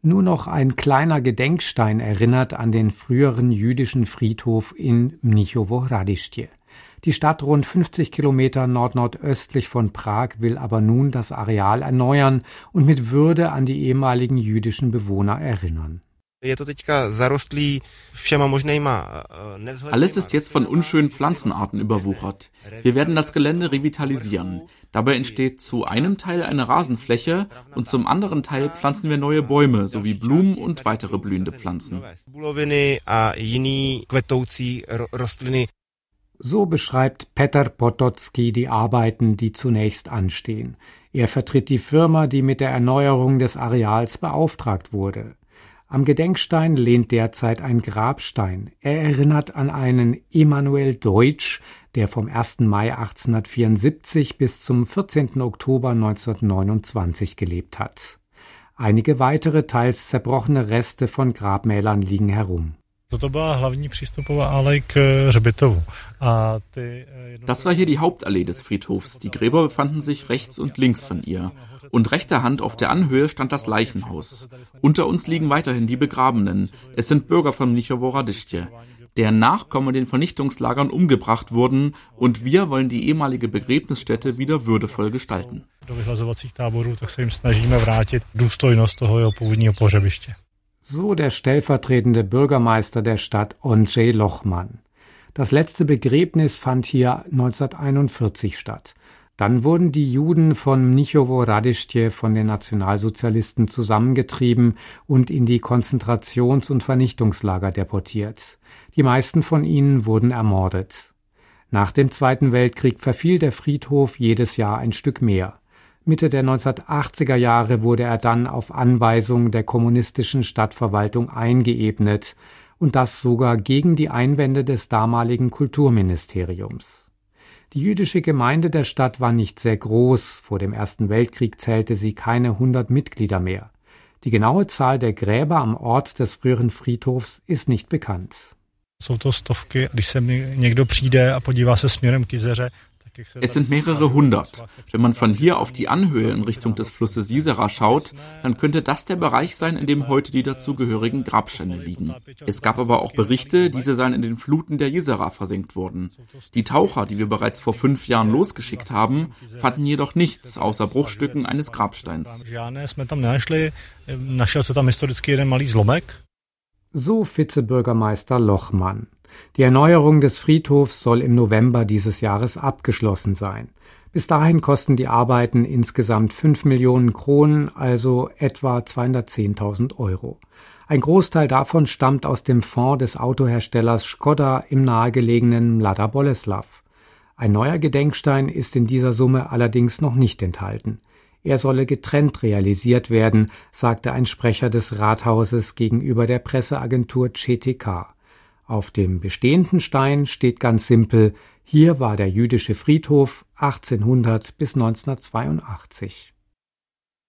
Nur noch ein kleiner Gedenkstein erinnert an den früheren jüdischen Friedhof in Mnichowo Hradiště. Die Stadt rund 50 Kilometer nordnordöstlich von Prag will aber nun das Areal erneuern und mit Würde an die ehemaligen jüdischen Bewohner erinnern. Alles ist jetzt von unschönen Pflanzenarten überwuchert. Wir werden das Gelände revitalisieren. Dabei entsteht zu einem Teil eine Rasenfläche und zum anderen Teil pflanzen wir neue Bäume sowie Blumen und weitere blühende Pflanzen. So beschreibt Petr Potocki die Arbeiten, die zunächst anstehen. Er vertritt die Firma, die mit der Erneuerung des Areals beauftragt wurde. Am Gedenkstein lehnt derzeit ein Grabstein. Er erinnert an einen Emanuel Deutsch, der vom 1. Mai 1874 bis zum 14. Oktober 1929 gelebt hat. Einige weitere, teils zerbrochene Reste von Grabmälern liegen herum. Das war hier die Hauptallee des Friedhofs. Die Gräber befanden sich rechts und links von ihr. Und rechter Hand auf der Anhöhe stand das Leichenhaus. Unter uns liegen weiterhin die Begrabenen. Es sind Bürger von Mnichowo Hradiště, deren Nachkommen in den Vernichtungslagern umgebracht wurden, und wir wollen die ehemalige Begräbnisstätte wieder würdevoll gestalten. So der stellvertretende Bürgermeister der Stadt Ondřej Lochman. Das letzte Begräbnis fand hier 1941 statt. Dann wurden die Juden von Mnichowo Hradiště von den Nationalsozialisten zusammengetrieben und in die Konzentrations- und Vernichtungslager deportiert. Die meisten von ihnen wurden ermordet. Nach dem Zweiten Weltkrieg verfiel der Friedhof jedes Jahr ein Stück mehr. Mitte der 1980er Jahre wurde er dann auf Anweisung der kommunistischen Stadtverwaltung eingeebnet, und das sogar gegen die Einwände des damaligen Kulturministeriums. Die jüdische Gemeinde der Stadt war nicht sehr groß, vor dem Ersten Weltkrieg zählte sie keine 100 Mitglieder mehr. Die genaue Zahl der Gräber am Ort des früheren Friedhofs ist nicht bekannt. Es sind mehrere hundert. Wenn man von hier auf die Anhöhe in Richtung des Flusses Jizera schaut, dann könnte das der Bereich sein, in dem heute die dazugehörigen Grabsteine liegen. Es gab aber auch Berichte, diese seien in den Fluten der Jizera versenkt worden. Die Taucher, die wir bereits vor 5 Jahren losgeschickt haben, fanden jedoch nichts außer Bruchstücken eines Grabsteins. So Vizebürgermeister Lochman. Die Erneuerung des Friedhofs soll im November dieses Jahres abgeschlossen sein. Bis dahin kosten die Arbeiten insgesamt 5 Millionen Kronen, also etwa 210.000 Euro. Ein Großteil davon stammt aus dem Fonds des Autoherstellers Škoda im nahegelegenen Mladá Boleslav. Ein neuer Gedenkstein ist in dieser Summe allerdings noch nicht enthalten. Er solle getrennt realisiert werden, sagte ein Sprecher des Rathauses gegenüber der Presseagentur ČTK. Auf dem bestehenden Stein steht ganz simpel: Hier war der jüdische Friedhof 1800 bis 1982.